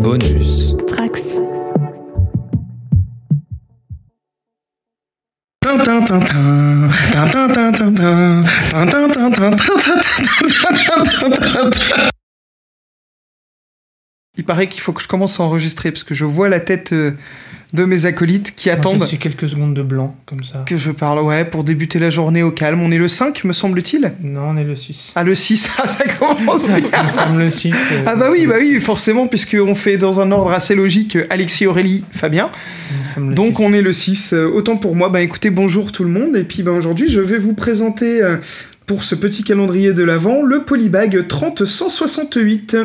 Bonus. Trax. Il paraît qu'il faut que je commence à enregistrer parce que je vois la tête de mes acolytes qui attendent C'est quelques secondes de blanc, comme ça. que je parle, ouais, pour débuter la journée au calme. On est le 5, me semble-t-il. Non, on est le 6. Ah, le 6, ah, ça commence bien. Il me semble le 6. Ah bah oui, forcément, puisqu'on fait dans un ordre assez logique Alexis, Aurélie, Fabien. Donc on est le 6. Autant pour moi, bah écoutez, bonjour tout le monde. Et puis bah, aujourd'hui, je vais vous présenter, pour ce petit calendrier de l'Avent, le Polybag 30168.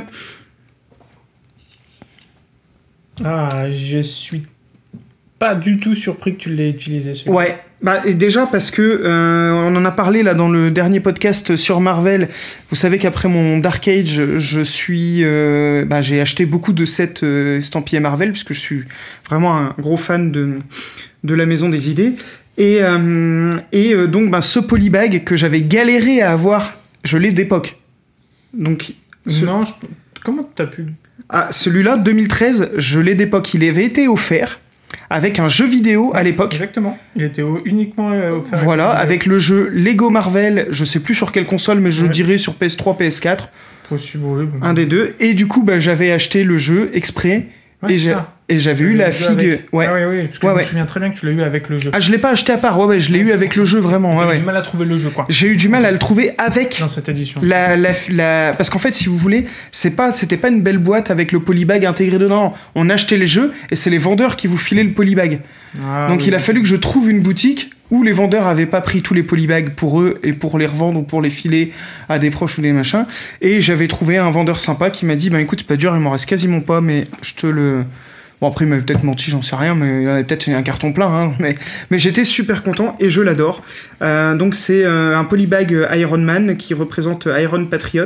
Ah, je suis pas du tout surpris que tu l'aies utilisé, celui-là. Ouais, bah et déjà parce que on en a parlé là dans le dernier podcast sur Marvel. Vous savez qu'après mon Dark Age, j'ai acheté beaucoup de sets estampillés Marvel puisque je suis vraiment un gros fan de la Maison des Idées. Et donc bah, ce Polybag que j'avais galéré à avoir, je l'ai d'époque. Donc Non, comment t'as pu... Ah, celui-là, 2013, je l'ai d'époque. Il avait été offert avec un jeu vidéo à l'époque. Exactement. Il était uniquement offert. Voilà, avec le jeu Lego Marvel, je sais plus sur quelle console, mais je dirais sur PS3, PS4. Possible, oui. Un des deux. Et du coup, bah, j'avais acheté le jeu exprès. Ouais, et j'avais eu la figue. Ouais. Ah oui, parce que je me souviens très bien que tu l'as eu avec le jeu. Ah, je l'ai pas acheté à part, ouais, je l'ai eu avec le jeu, vraiment. J'ai eu du mal à trouver le jeu, quoi. J'ai eu du mal à le trouver avec. Dans cette édition. Parce qu'en fait, si vous voulez, c'était pas une belle boîte avec le Polybag intégré dedans. On achetait les jeux et c'est les vendeurs qui vous filaient le Polybag. Donc il a fallu que je trouve une boutique où les vendeurs avaient pas pris tous les polybags pour eux et pour les revendre ou pour les filer à des proches ou des machins. Et j'avais trouvé un vendeur sympa qui m'a dit, bah écoute, c'est pas dur, il m'en reste quasiment pas, mais je te le... Bon, après, il m'avait peut-être menti, j'en sais rien, mais il avait peut-être un carton plein, hein, mais j'étais super content et je l'adore. Donc, c'est un Polybag Iron Man qui représente Iron Patriot.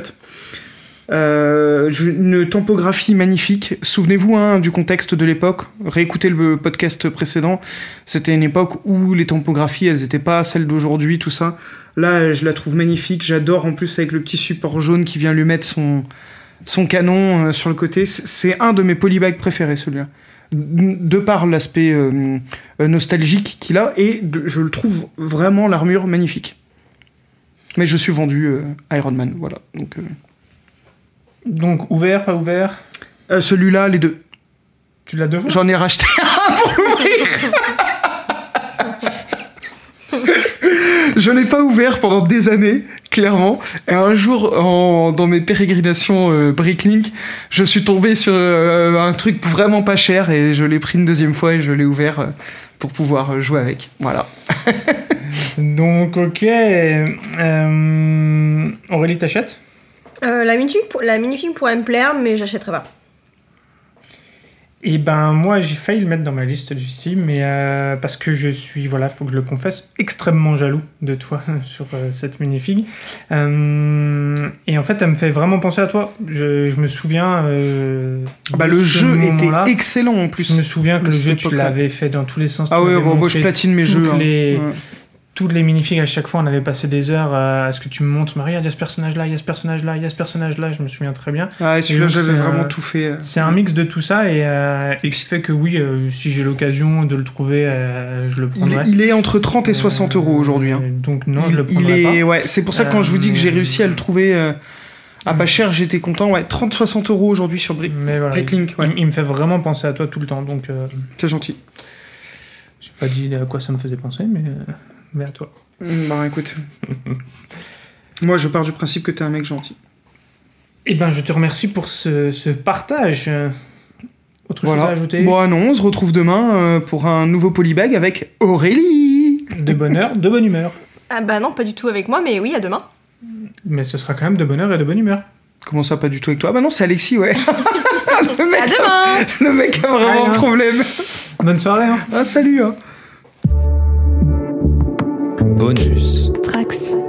Une typographie magnifique. Souvenez-vous du contexte de l'époque. Réécoutez le podcast précédent. C'était une époque où les typographies, elles n'étaient pas celles d'aujourd'hui, tout ça. Là, je la trouve magnifique. J'adore en plus avec le petit support jaune qui vient lui mettre son canon sur le côté. C'est un de mes polybags préférés, celui-là. De par l'aspect nostalgique qu'il a, et je le trouve vraiment l'armure magnifique. Mais je suis vendu Iron Man, voilà. Donc ouvert, pas ouvert? Celui-là, les deux. Tu l'as deux fois? J'en ai racheté un pour l'ouvrir. Je l'ai pas ouvert pendant des années, clairement. Et un jour, dans mes pérégrinations Bricklink, je suis tombé sur un truc vraiment pas cher et je l'ai pris une deuxième fois et je l'ai ouvert pour pouvoir jouer avec. Voilà. Donc, ok. Aurélie, t'achètes? La minifig pourrait me plaire, mais j'achèterai pas. Et ben moi j'ai failli le mettre dans ma liste d'ici, mais parce que je suis, voilà, faut que je le confesse, extrêmement jaloux de toi sur cette minifig. Et en fait elle me fait vraiment penser à toi. Je me souviens... le jeu était excellent en plus. Je me souviens que le jeu tu l'avais fait dans tous les sens. Ah ouais, moi je platine mes jeux. Toutes les minifigs, à chaque fois, on avait passé des heures à ce que tu me montres, Marie, il y a ce personnage-là, il y a ce personnage-là, il y a ce personnage-là, je me souviens très bien. Ah, et celui-là, j'avais vraiment tout fait. C'est un mix de tout ça, et qui fait que oui, si j'ai l'occasion de le trouver, je le prendrai. Il est entre 30 et 60 euros aujourd'hui. Donc non, je le prendrai pas. Ouais, c'est pour ça que quand je vous dis que j'ai réussi à le trouver à pas cher, j'étais content. Ouais, 30-60 euros aujourd'hui sur Bricklink. Voilà, il me fait vraiment penser à toi tout le temps, donc... C'est gentil. Je n'ai pas dit à quoi ça me faisait penser, mais à toi. Bah écoute, moi je pars du principe que t'es un mec gentil. Eh ben je te remercie pour ce partage. Autre chose à ajouter? Bon non, on se retrouve demain pour un nouveau Polybag avec Aurélie. De bonne heure, de bonne humeur. Ah bah non, pas du tout avec moi, mais oui, à demain. Mais ce sera quand même de bonne heure et de bonne humeur. Comment ça, pas du tout avec toi? Ah bah non, c'est Alexis, ouais. À demain. Le mec a vraiment un problème. Bonne soirée. Ah salut. Bonus. Trax.